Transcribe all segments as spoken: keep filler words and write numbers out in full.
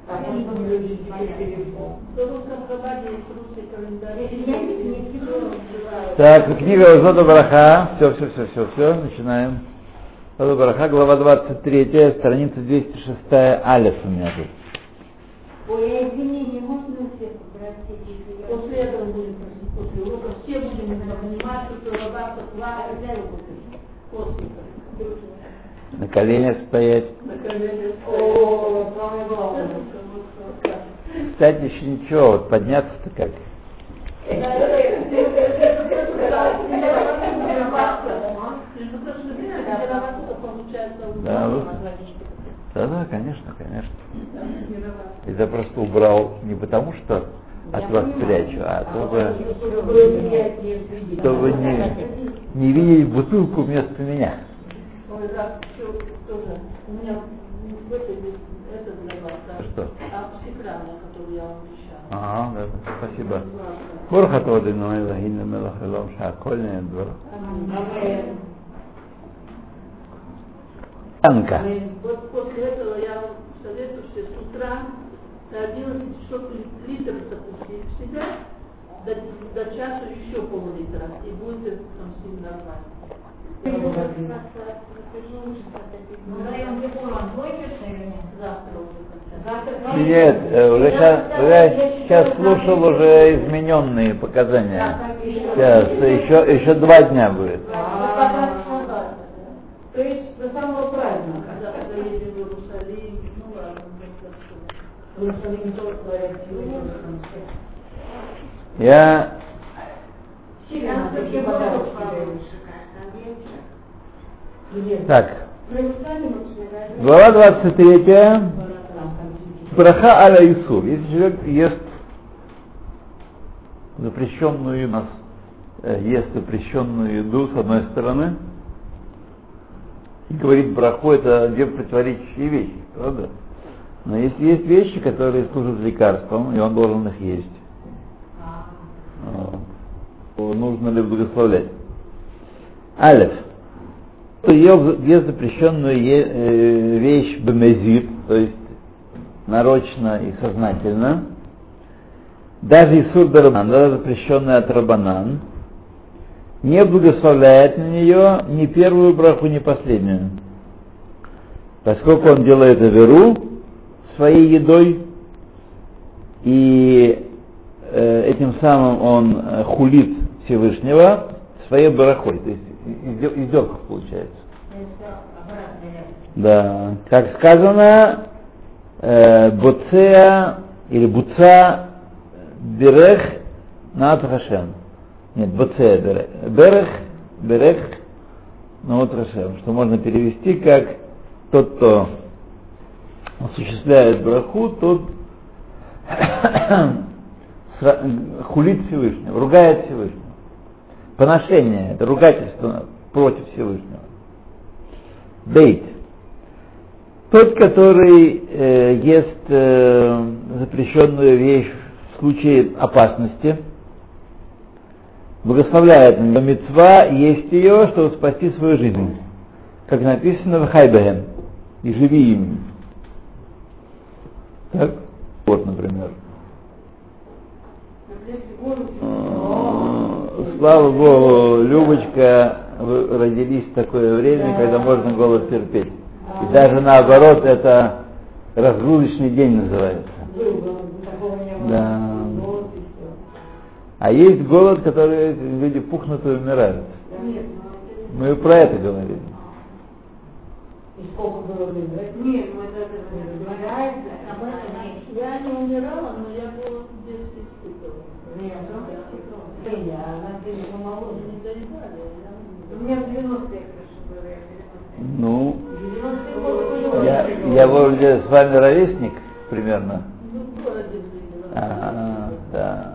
А потом люди телефон. Так, книга Зода Бараха. Все, все, все, все, все, начинаем. Зода Бараха, глава двадцать третья, страница двести шестая, алиф у меня тут. Ой, я извинения, можно всех попросить, если я... После этого будем просить, после урока все будем заниматься, что работа, хватит, после. На коленях стоять. На коленях. О, самое главное. Кстати, еще ничего, вот подняться-то как? Да, вот. Да, да, конечно, конечно. Это просто убрал не потому, что от вас прячу, а чтобы, чтобы не, не видеть бутылку вместо меня. Ой, да, все, тоже. У меня в этой, это для вас, да. Что? А психрана, которую я вам обещала. Ага, да, спасибо. Борха тоды, но я гинна мелахилом шакольная двор. Анка. Вот после этого я вам советую, что с утра до одиннадцати часов литр запустить в себя, до, до часа еще пол-литра, и будет совсем нормально. Нет, уже сейчас, уже сейчас слушал уже измененные показания. Сейчас, еще, еще два дня будет. То есть до самого праздника, когда поедем в Иерусалим, ну ладно, в Иерусалиме тоже говорят, Я... Так, глава двадцать третья, браха аля Исур. Если человек ест запрещенную у нас, ест запрещенную еду с одной стороны, и говорит браху, это две противоречащие вещи, правда? Но если есть вещи, которые служат лекарством, и он должен их есть, то нужно ли благословлять? Алеф. Кто ест запрещенную е, вещь бемезит, то есть нарочно и сознательно, даже Исур дарабанан, даже запрещенная от рабанан, не благословляет на нее ни первую браху, ни последнюю. Поскольку он делает аверу своей едой, и э, этим самым он э, хулит Всевышнего своей брахой, то есть издевка получается. Да, как сказано, э, боцея или буца берех над Хашем. Нет, боцея берех. Берех, берех над Хашем. Что можно перевести как тот, кто осуществляет браху, тот хулит Всевышнего, ругает Всевышнего. Поношение, это ругательство против Всевышнего. Бейт. Тот, который э, ест э, запрещенную вещь в случае опасности, благословляет на нее мицва есть ее, чтобы спасти свою жизнь. Как написано в Хайбехем. И живи им. Так? Вот, например. Слава Богу, Любочка, вы родились в такое время, когда можно голод терпеть. И даже наоборот, это разгрузочный день называется. Да. А есть голод, который люди пухнут и умирают. Мы про это говорили. И сколько было лет? Нет, мы это не разбираемся. Я не умирала, но я голод в детстве испытывала. Нет, я, она тебе помоложе не доедали. У меня в девяностые было. Ну, я, я вроде с вами ровесник примерно. Ну, в городе жили. А, да.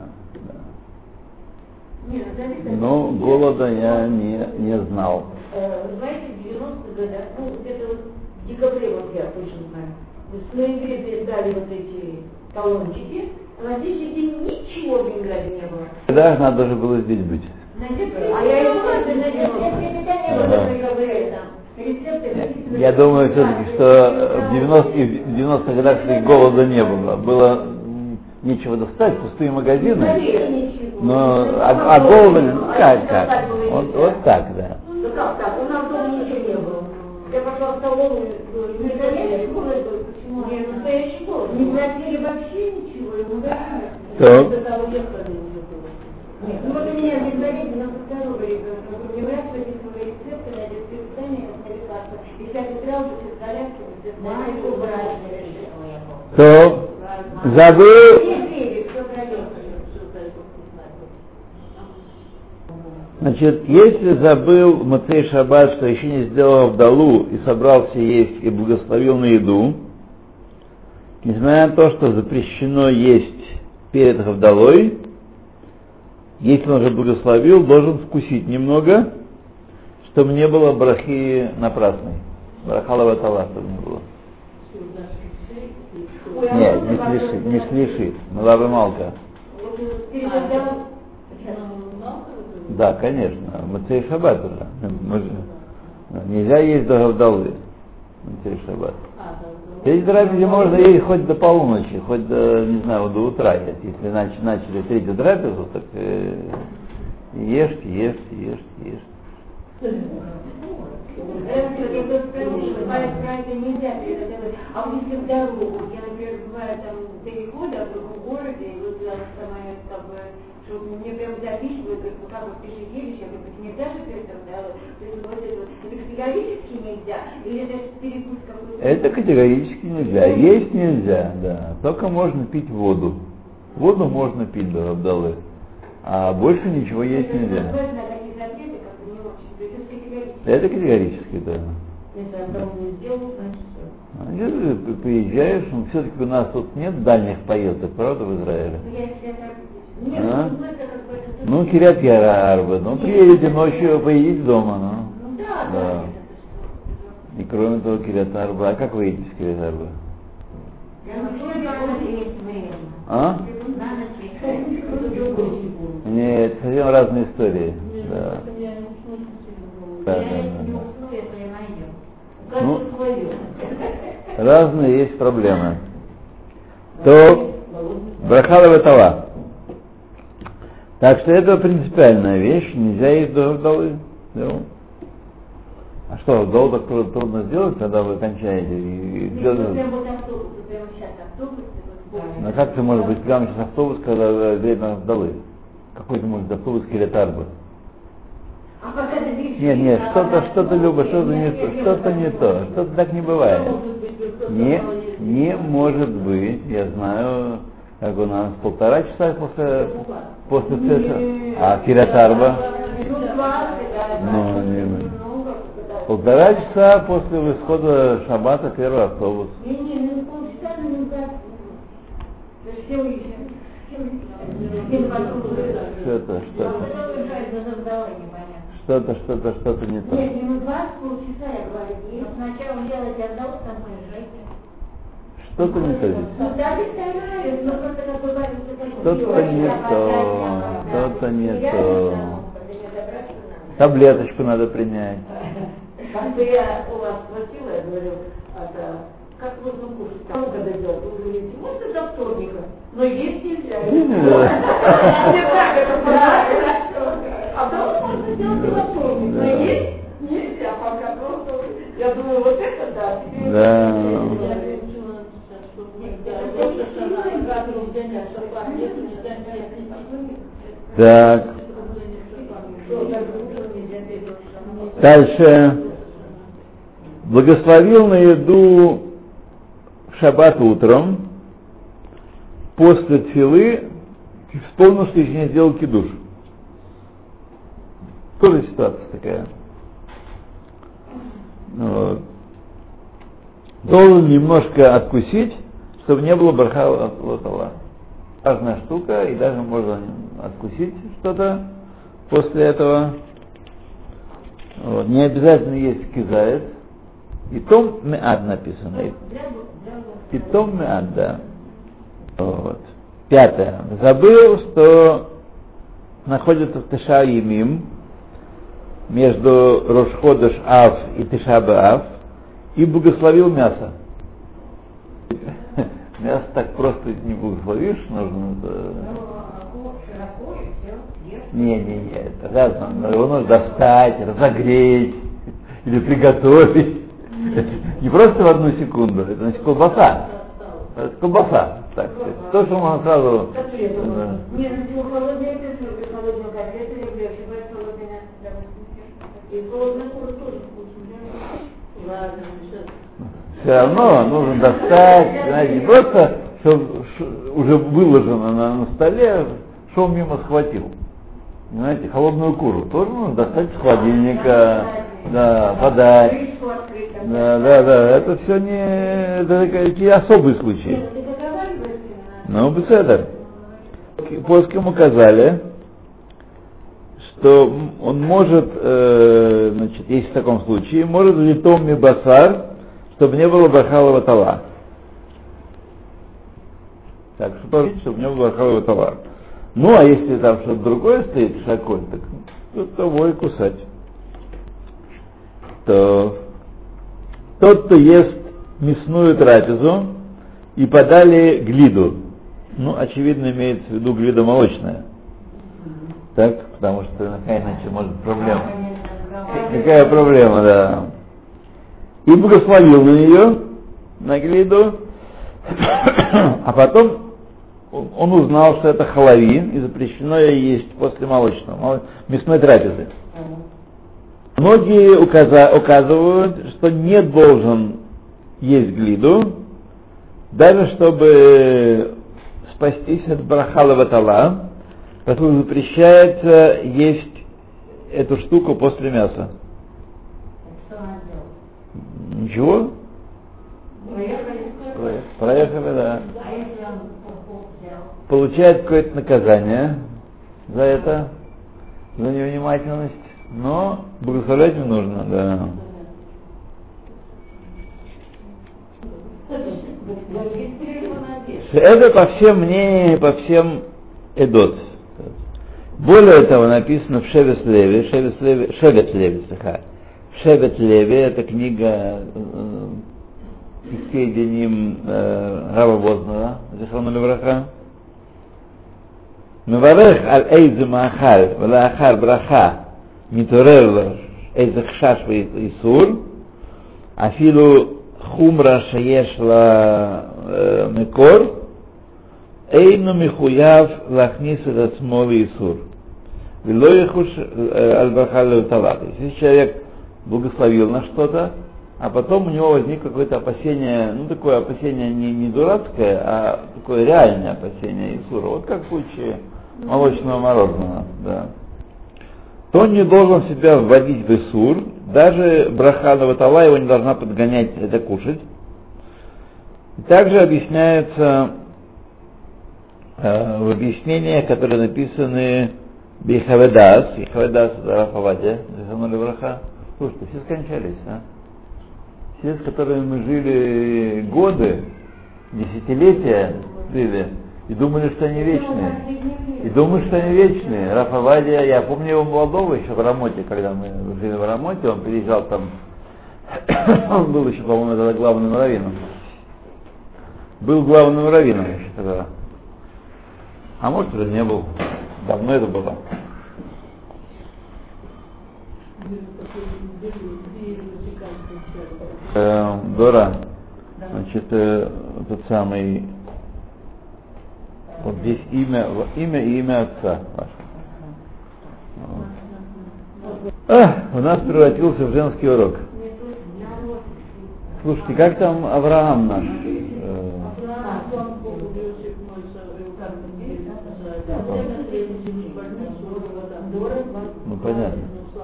Но голода я не, не знал. Знаете, в девяностых годах, ну, где-то вот в декабре, вот я точно знаю, в ноябре дали вот эти талончики, а на следующий день ничего в Бенгалье не было. Когда надо же было здесь быть? А я и думаю, что на девяностых. Я думаю все-таки, что в девяностых, в девяностых годах голода не было. Было нечего достать, пустые магазины. Но а, а голода, ну как, как? Вот, вот так, да. Ну как так? У нас дома ничего не было. Я пошла в столовую, не настоящий голод был. Почему? Не настоящий голод. Не платили вообще ничего, ему дали. Так. Нет, ну вот у меня здесь заведено, нам подскажу, говорит, не врач, выписывал рецепты, найдет все питание, на лекарства. И в пять утра уже все зарядки, все маленькую брать. То забыл. Значит, если забыл в Моцей Шаббат, что еще не сделал вдалу и собрался есть и благословил на еду, несмотря на то, что запрещено есть перед вдалой, если он уже благословил, должен вкусить немного, чтобы не было брахи напрасной. Брахалова тала, чтобы не было. Нет, не слишит, не слишит. Малава малка. Да, конечно. Моцей Шаббат уже. Нельзя есть до Гавдалы. Моцей Шаббат. Перед трапезой можно есть хоть до полуночи, хоть до, не знаю, до утра. Если начали, начали третью трапезу, так э, ешьте, ешьте, ешьте, ешьте. А вот если в дорогу, я, например, бываю там перехода в другом городе, и вот самое, как бы, что мне прям записывают, говорят, ну как вы пересидели, я говорю, нельзя же перед этим, да, то есть вот это вот, это категорически нельзя, или это перекус какой-то? Это категорически нельзя, есть нельзя, да, только можно пить воду. Воду можно пить до Гавдалы, а больше ничего есть нельзя. Это категорически, да. Если приезжаешь, ну, все-таки у нас тут нет дальних поездок, правда, в Израиле? А? Ну, Кирят Арба, ну, приедете ночью, поедете дома, ну. Да. И кроме того, Кирят Арба, а как вы едете с Кирят Арба? А? Нет, совсем разные истории. Да. Да, да, да. Ну, разные есть проблемы. То брахалова тала. Так что это принципиальная вещь, нельзя есть до вдовы. А что, вдову так трудно сделать, когда вы кончаете? И делаете... Ну как это может быть прямо сейчас автобус, когда время вдовы? Какой это может быть автобус Кирят Арба? Нет, нет, что-то, что-то, Люба, что-то не то, что-то не то, что-то так не бывает. Не, не может быть, я знаю, как у нас полтора часа после, после цеха, а Кирят Арба? Ну, не, не. Полтора часа после исхода шаббата первый автобус. Что-то, что-то. Что-то, что-то, что-то не то. Нет, минут двадцать, полчаса я говорю. И сначала делать отдал, там мы жить. Что-то не то здесь. Ну, да, представляю, но просто как бы что-то не то, что-то не то. Таблеточку надо принять. Как бы я у вас спросила, я говорю, это, как можно кушать? Там когда делать? Вы говорите, можно до вторника, но есть нельзя. Не так, это правильно. А потом можно сделать до вторника, но есть нельзя, пока просто. Я думаю, вот это да. Да. Так. Дальше. Благословил на еду в шаббат утром, после тфилы вспомнил, что еще не сделал кидуш. Тоже ситуация такая. Вот. Должен немножко откусить, чтобы не было браха лотала. Важная штука, и даже можно откусить что-то после этого. Вот. Не обязательно есть кизаец. И том меад написано. И том меад, да. Вот. Пятое. Забыл, что находится в Теша Ямим между Рош Ходеш Ав и Теша Б'Ав. и благословил мясо. Мясо так просто не благословишь, нужно... Не, не, не, это разно. Его нужно достать, разогреть или приготовить. Не просто в одну секунду, это значит колбаса. Это колбаса. Так, то, что можно сразу... Не, ну холодные котлеты, холодные котлеты люблю, считать холодные, и холодная кура тоже вкусная. Ладно, сейчас. Все равно нужно достать, знаете, не просто, что уже выложено на, на столе, что он мимо схватил. Понимаете, холодную куру тоже нужно достать из холодильника, да, подать. Да, да, да, это все не, это такие особые случаи. Ну, беседа. Плоским указали, что он может, э, значит, если в таком случае, может литом мибасар, чтобы не было бахалова тала. Так, чтобы не было бахалова тала. Ну, а если там что-то другое стоит, шаколь, так то того и кусать. То тот, кто ест мясную трапезу и подали глиду, ну, очевидно, имеется в виду глида молочная. Так, потому что иначе может проблема. Какая проблема, да. И благословил на нее, на глиду, а потом он узнал, что это халави, и запрещено ее есть после молочного, мясной трапезы. Многие указа- указывают, что не должен есть глиду, даже чтобы спастись от брахала ватала, поскольку запрещается есть эту штуку после мяса. Ничего? Проехали. Проехали, да. Получает какое-то наказание за это, за невнимательность, но благословлять не нужно, да. Это по всем мнениям, по всем эдот. Более того, написано в Шевет Леви, Шевет Леви, Шевет Леви, Шевет Леви, это книга исследованием Рава Вознера, Зихрону Левраха. Меварех аль эйзе маахаль, валаахар браха, митурер эйзе хшаш висур, афилу хумра шаеш ла мекор, эйну михуяв лахнис эт ацмо висур. Вело яхуш аль браха левталат. Если человек благословил на что-то, а потом у него возникло какое-то опасение, ну такое опасение не, не дурацкое, а такое реальное опасение Исура. Вот как в случае молочного мороженого, да. То он не должен себя вводить в Исур, даже браха наватала его не должна подгонять это кушать. И также объясняется э, в объяснениях, которые написаны Бихаведас, Бихаведас это Рафавадия, Зиханули браха. Слушайте, все скончались, а? Все, с которыми мы жили годы, десятилетия жили, и думали, что они вечные. И думали, что они вечные. Раф Авадия, я помню его молодого еще в Рамоте, когда мы жили в Рамоте, он приезжал там, он был еще, по-моему, тогда главным раввином. Был главным раввином еще тогда. А может, уже не был. Давно это было. Э, Дора, значит, э, тот самый, вот здесь имя, имя и имя отца вашего. Вот. А, у нас превратился в женский урок. Слушайте, как там Авраам наш? Э, ну понятно.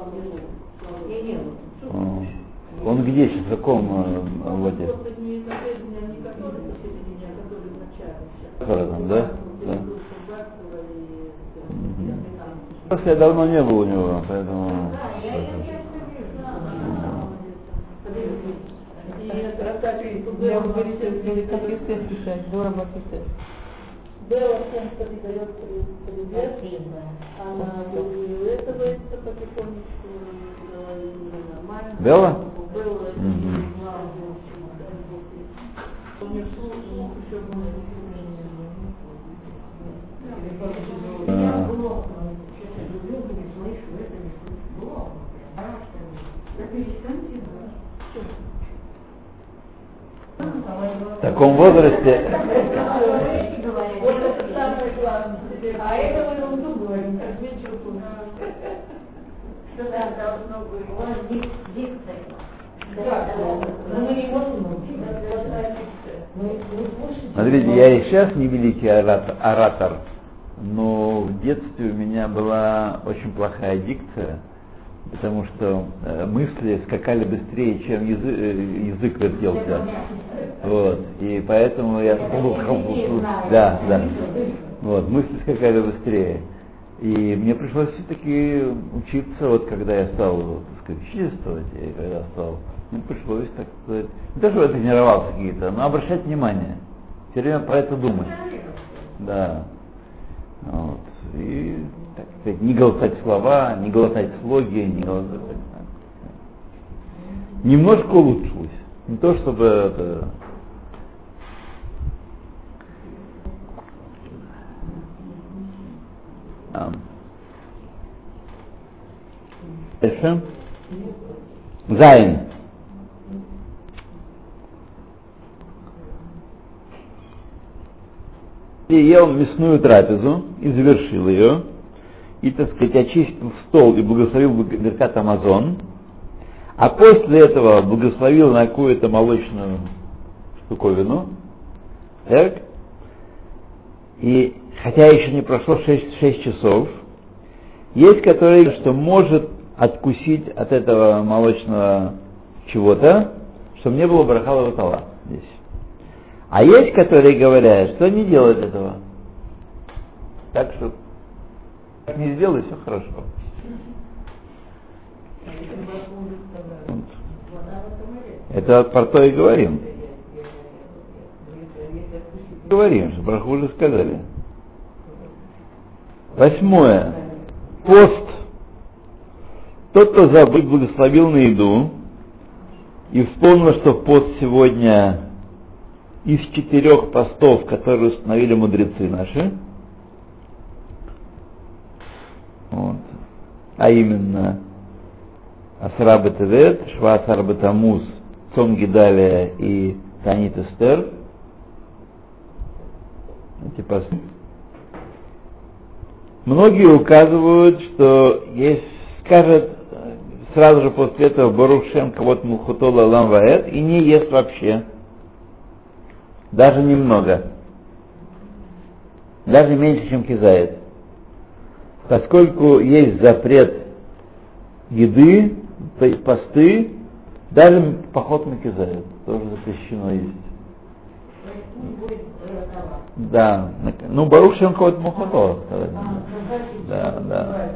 Он где сейчас, в каком э, воде? Там, да? Да. Просто я давно не был у него, поэтому... Я вы говорите, как естественно решать, Дора Бакисет. Дела всем, кто передает привет, она выветривается потихонечку, нормально. Белла? Было, не слух, слух еще был. У меня было, сейчас я люблю, не слышу, это не слышу. Было, да, перестаньте, В таком возрасте Вот это самое главное. А это мы ерунду говорим, как меньше услышим. что там должно быть. У вас дикция. Да, но мы не можем научить. Смотрите, я и сейчас не великий оратор, оратор, но в детстве у меня была очень плохая дикция, потому что э, мысли скакали быстрее, чем язык, э, язык вертелся. Вот. И поэтому я... Да, да. Вот, мысли скакали быстрее. И мне пришлось все-таки учиться, вот когда я стал, так сказать, чувствовать, и когда стал, мне пришлось, так сказать, не то, что я тренировался какие-то, но обращать внимание, все время про это думать. Да. Вот. И, так сказать, не глотать слова, не глотать слоги, не глотать... Немножко улучшилось. Не то, чтобы это... Дальше. Зайн. И ел мясную трапезу и завершил ее, и, так сказать, очистил стол и благословил Беркат Амазон, а после этого благословил на какую-то молочную штуковину, так, и хотя еще не прошло шесть часов, есть, которые говорят, что может откусить от этого молочного чего-то, чтобы не было брахала ватала здесь. А есть, которые говорят, что не делают этого. Так что, как не сделай, все хорошо. Это про то и говорим. Говорим, что браху уже сказали. Восьмое. Пост. Тот, кто забыл, благословил на еду и вспомнил, что пост сегодня из четырех постов, которые установили мудрецы наши, вот, а именно Асра Бетевет, Шва Асар Бетамуз, Цом Гидалия и Танит Эстер, эти посты. Многие указывают, что есть, скажет сразу же после этого Барух Шем Кавот Мулхутола Лам Ваэт и не ест вообще. Даже немного. Даже меньше, чем кизает. Поскольку есть запрет еды, посты, даже поход на кизает тоже запрещено есть. Да. Ну, Барух Шем Кавот Мулхутола. Да, да.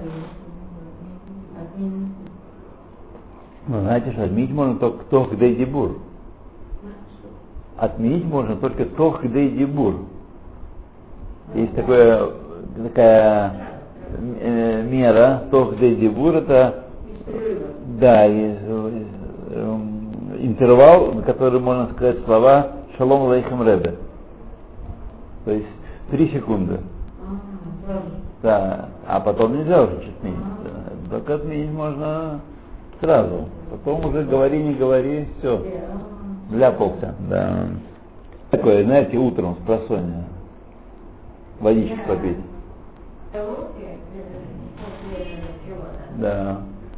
Вы знаете, что отменить можно только Тох Гдей Дибур. Отменить можно только Тох Гдей Дибур. Есть такое, такая э, мера, Тох Гдей Дибур, это да, есть, э, интервал, на который можно сказать слова Шалом Алейхем Ребе. То есть три секунды. Да, а потом нельзя уже отменить. Только отменить можно сразу. Потом уже говори, не говори, все. Вляпался, да. Такое, знаете, утром с просонья. Водички попить. Да.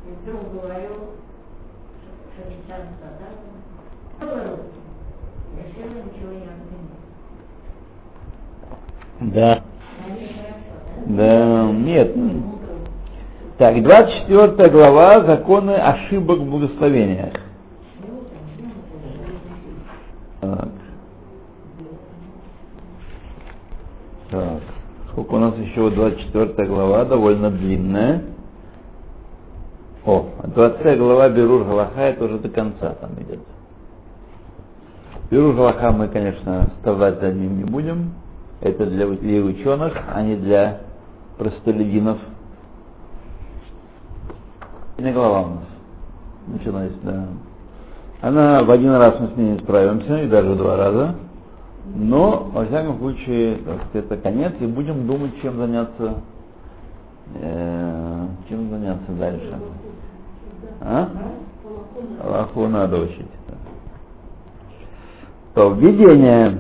Да. Да, нет. Так, двадцать четвёртая глава, законы ошибок в благословениях. Так. Так. Сколько у нас еще двадцать четвёртая глава, довольно длинная. О, двадцатая глава Бирур Галаха, это уже до конца там идет. Бирур Галаха мы, конечно, вставать за ним не будем. Это для ученых, а не для простолюдинов. Не глава у нас начинается, да. Она в один раз мы с ней справимся, и даже два раза. Но, во всяком случае, это конец, и будем думать, чем заняться, э, чем заняться дальше. А? Аллаху надо учить. То, введение.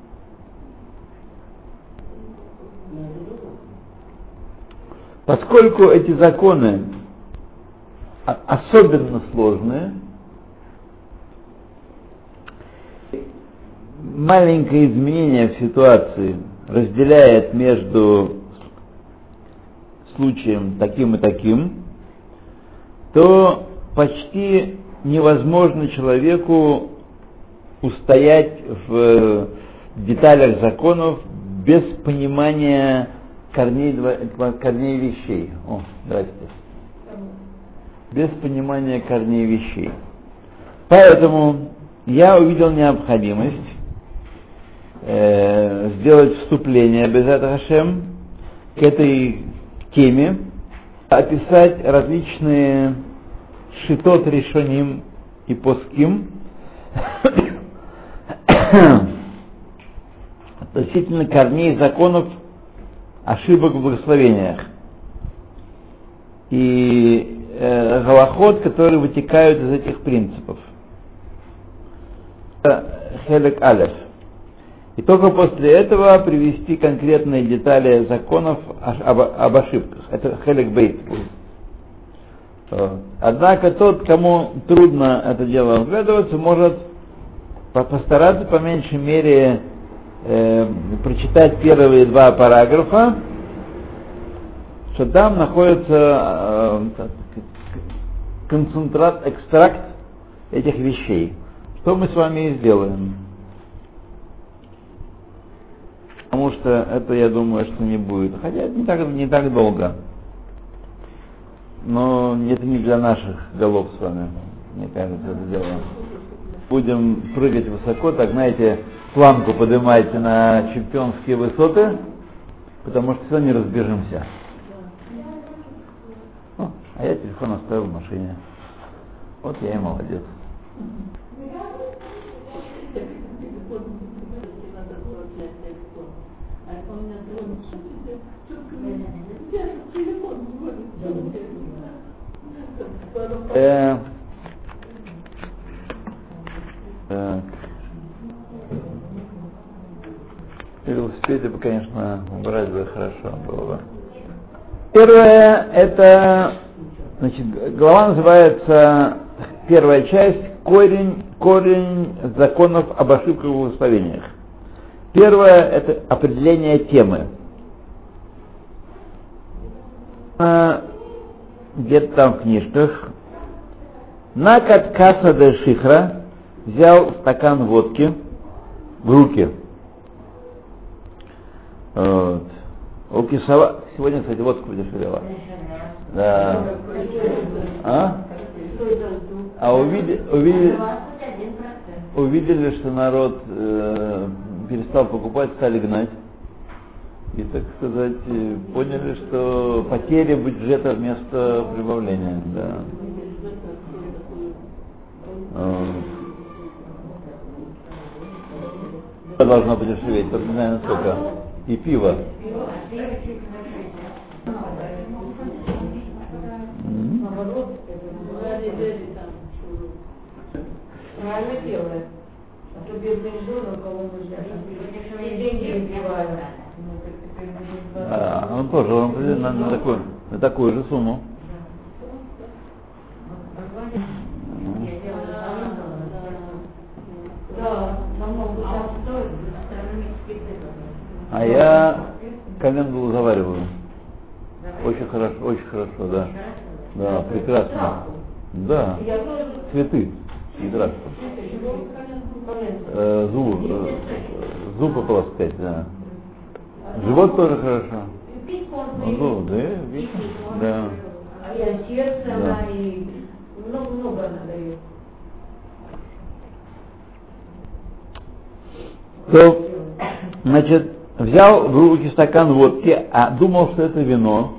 Поскольку эти законы особенно сложные, маленькое изменение в ситуации разделяет между случаем таким и таким, то почти невозможно человеку устоять в деталях законов без понимания корней, корней вещей. О, здрасте. Без понимания корней вещей. Поэтому я увидел необходимость э, сделать вступление Безат Хашем к этой теме, описать различные шитот решоним и поским относительно корней законов ошибок в благословениях и э, галахот, которые вытекают из этих принципов. Хелек Алеф. И только после этого привести конкретные детали законов об, об ошибках. Это Хелек Бейт. Однако тот, кому трудно это дело вглядываться, может постараться по меньшей мере э, прочитать первые два параграфа, что там находится э, концентрат, экстракт этих вещей. Что мы с вами и сделаем. Потому что это, я думаю, что не будет. Хотя это не так, не так долго. Но это не для наших голов с вами, мне кажется, это дело. Будем прыгать высоко, так, знаете, планку поднимайте на чемпионские высоты, потому что все не разбежимся. О, а я телефон оставил в машине. Вот я и молодец. Э, так. Велосипеды бы, конечно, убрать бы хорошо было бы. Первое, это, значит, глава называется, первая часть, корень, корень законов об ошибках в благословениях. Первое, это определение темы. Где-то там в книжках. Накат каса де шихра взял стакан водки в руки. Вот. Укисова. Сегодня, кстати, водку подешевела. Да. А? А увидели, увидели, увидели, что народ э, перестал покупать, стали гнать. И, так сказать, поняли, что потери бюджета вместо прибавления. Да. Вот. Должно подешеветь, только не знаю насколько. И пиво. Правильно делает. А то бедные жены, у кого нужно, и деньги выпивают. А, он тоже он на, на, такую, на такую же сумму. А я календулу завариваю. Очень хорошо, очень хорошо, да. Да, прекрасно. Да. Цветы. Гидрат. Э, зуб, э, зубы полоскать, да. Живот тоже хорошо. Ну, зуб, да, видишь? Да. А я сердце, она и много-много она дает. То, значит, взял в руки стакан водки, а думал, что это вино.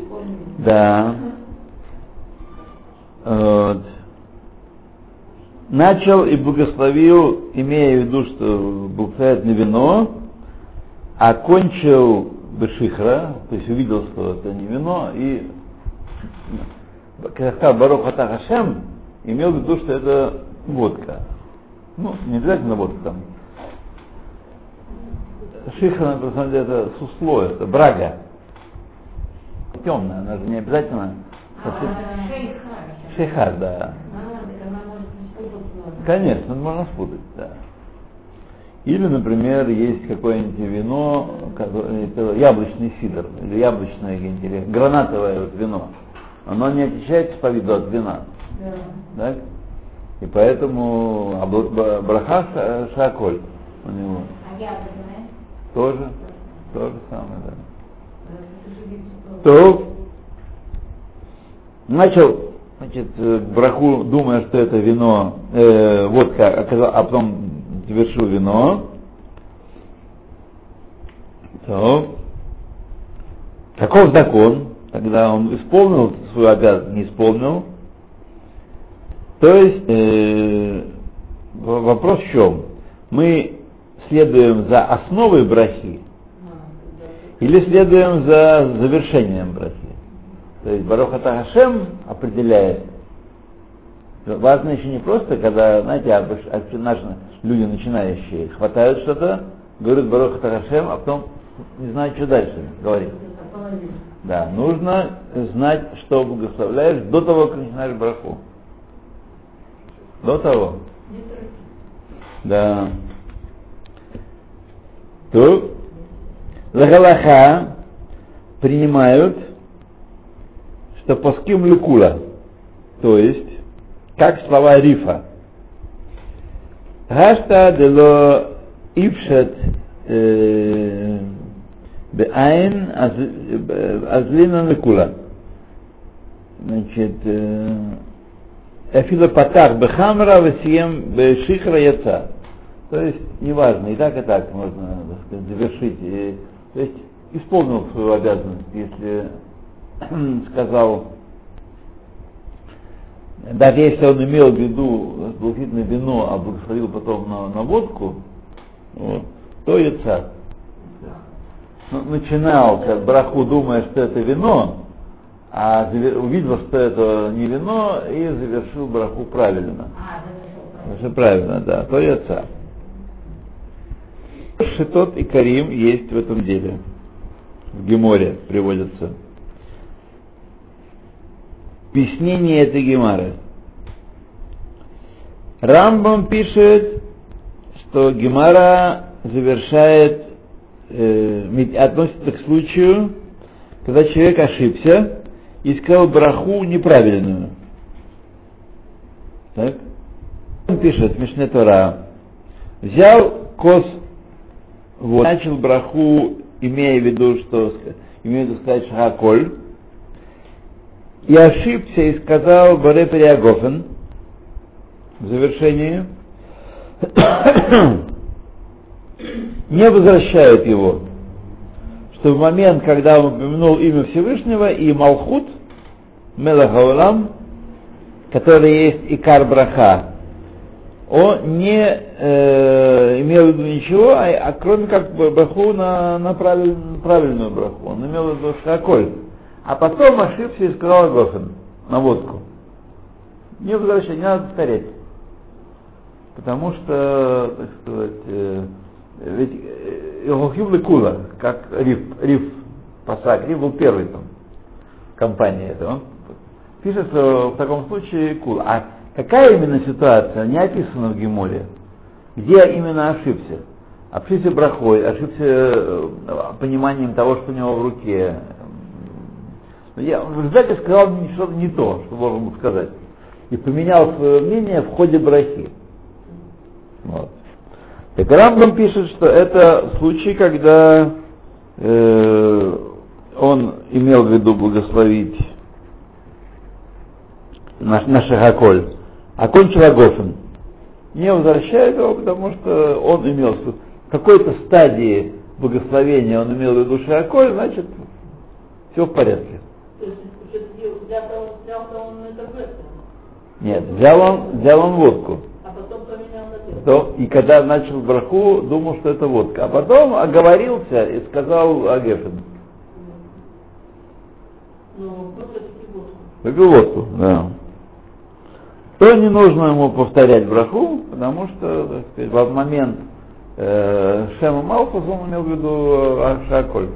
Да. Вот. начал и благословил, имея в виду, что благословляет на вино, а кончил бешихра, то есть увидел, что это не вино, и когда сказал Барух Атах Ашем, имел в виду, что это водка. Ну, не обязательно водка там. Шихра, на самом деле, это сусло, это брага. Темная, она же не обязательно. Шейхар, да. Конечно, можно спутать, да. Или, например, есть какое-нибудь вино, это яблочный сидр, или яблочное, или гранатовое вот вино. Оно не отличается по виду от вина. Да. Так? И поэтому браха шаколь у него. А яблочное? Тоже, то же самое, да. То начал, значит, браху, думая, что это вино, э, водка, а потом завершил вино. То каков закон? Тогда он исполнил свою обязанность, не исполнил. То есть э, вопрос в чем? Мы следуем за основой брахи или следуем за завершением брахи? То есть Барух Атах Ашем определяет. Важно еще не просто, когда, знаете, наши люди начинающие хватают что-то, говорят Барух Атах Ашем, а потом не знают, что дальше говорить. Да, нужно знать, что благословляешь до того, как начинаешь браху. До того. Да. То Лагалаха принимают, что паским люкула, то есть, как слова рифа. Гашта дело ипшет беайн азлина люкула. Значит, эфила патах бехамра весием бешихра яца. То есть, неважно, и так, и так можно, так сказать, завершить. И, то есть, исполнил свою обязанность, если сказал, даже если он имел в виду благословительное вино, а благословил потом на, на водку, вот, то яца. Ну, начинал как браху, думая, что это вино, а увидел, что это не вино, и завершил браху правильно. А, завершил правильно, да, то яца. Шитот и Карим есть в этом деле. В Геморе приводятся. Объяснение этой Гемары. Рамбам пишет, что Гемара завершает, э, относится к случаю, когда человек ошибся и сказал браху неправильную. Так? Он пишет, Мишне Тора, взял кос, вот, начал браху, имея в виду, что имея в виду сказать шахаколь, и ошибся и сказал Баре Периагофен в завершении, не возвращают его, что в момент, когда он упомянул имя Всевышнего и Малхут, Мелах Хаолам, который есть Икар Браха, он не э, имел в виду ничего, а, а кроме как браху на, на правиль, правильную браху. Он имел в виду шаколь. А потом ошибся и сказал Гофен на водку. Не возвращай, не надо повторять. Потому что, так сказать, э, ведь Йохим Лекула, как Риф, Риф Пасак, Риф был первый там компания этого. Он пишет, что в таком случае Кул. А какая именно ситуация, не описана в Геморе? Где именно ошибся? Ошибся брахой, ошибся пониманием того, что у него в руке. Я в результате сказал что-то не то, что должен был сказать. И поменял свое мнение в ходе брахи. Вот. Так Рамбам пишет, что это случай, когда э, он имел в виду благословить наш, наш Шахаколь, окончил Агофен. Не возвращает его, потому что он имел в какой-то стадии благословения, он имел в виду Шахаколь, значит, все в порядке. То есть, взял-то он это в этом? Нет, взял он, взял он водку. А То, и когда начал браху, думал, что это водка. А потом оговорился и сказал Агефин. Ну, просто таки водку. Выпил водку, да. То не нужно ему повторять браху, потому что, так сказать, в момент э, Шема Малхус он имел в виду Ашаколь.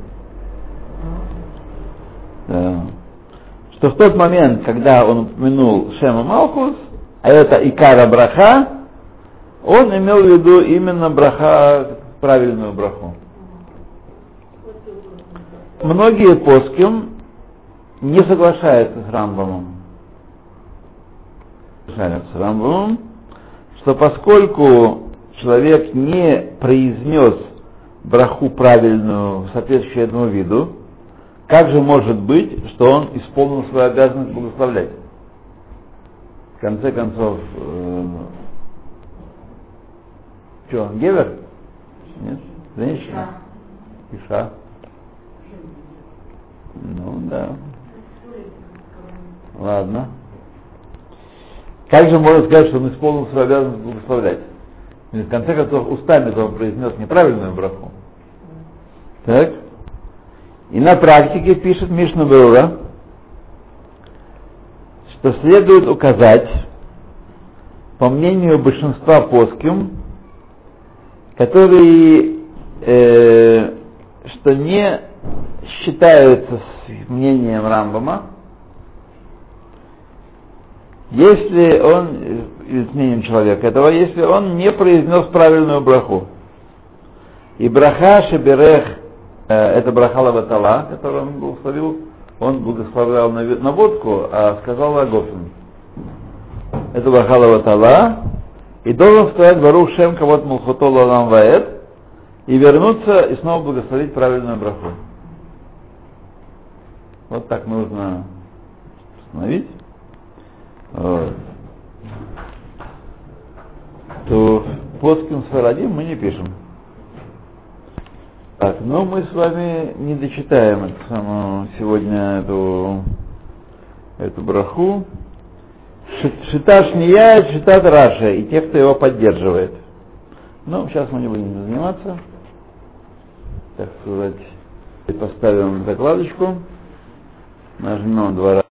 Да. Что в тот момент, когда он упомянул Шема Малхус, а это Икара браха, он имел в виду именно браха, правильную браху. Многие поским не соглашаются с Рамбамом. Соглашаются с Рамбамом, что поскольку человек не произнес браху правильную, соответствующую этому виду, как же может быть, что он исполнил свою обязанность благословлять? В конце концов, э, что, он гевер? Нет? Женщина? Иша. Ну да. Ладно. Как же можно сказать, что он исполнил свою обязанность благословлять? И в конце концов, устами он произнес неправильную браху. Так? И на практике пишет Мишна Берура, что следует указать, по мнению большинства поским, которые э, что не считаются с мнением Рамбама, если он, или с мнением человека этого, если он не произнес правильную браху. И браха шеберех, э, это браха лаватала, которую он благословил, он благословлял на, на водку, а сказал Агофин. Это браха лаватала, и должен сказать Барух Шем Кавот Мулхото Лалам Ваэд, и вернуться и снова благословить правильную браху. Вот так нужно установить. Вот. То Поским Сфарадим мы не пишем. Так, но мы с вами не дочитаем эту самую, сегодня эту, эту браху. Шита Шния, Шита Раша, и те, кто его поддерживает. Ну, сейчас мы не будем заниматься. Так сказать, поставим закладочку, нажмем два раза.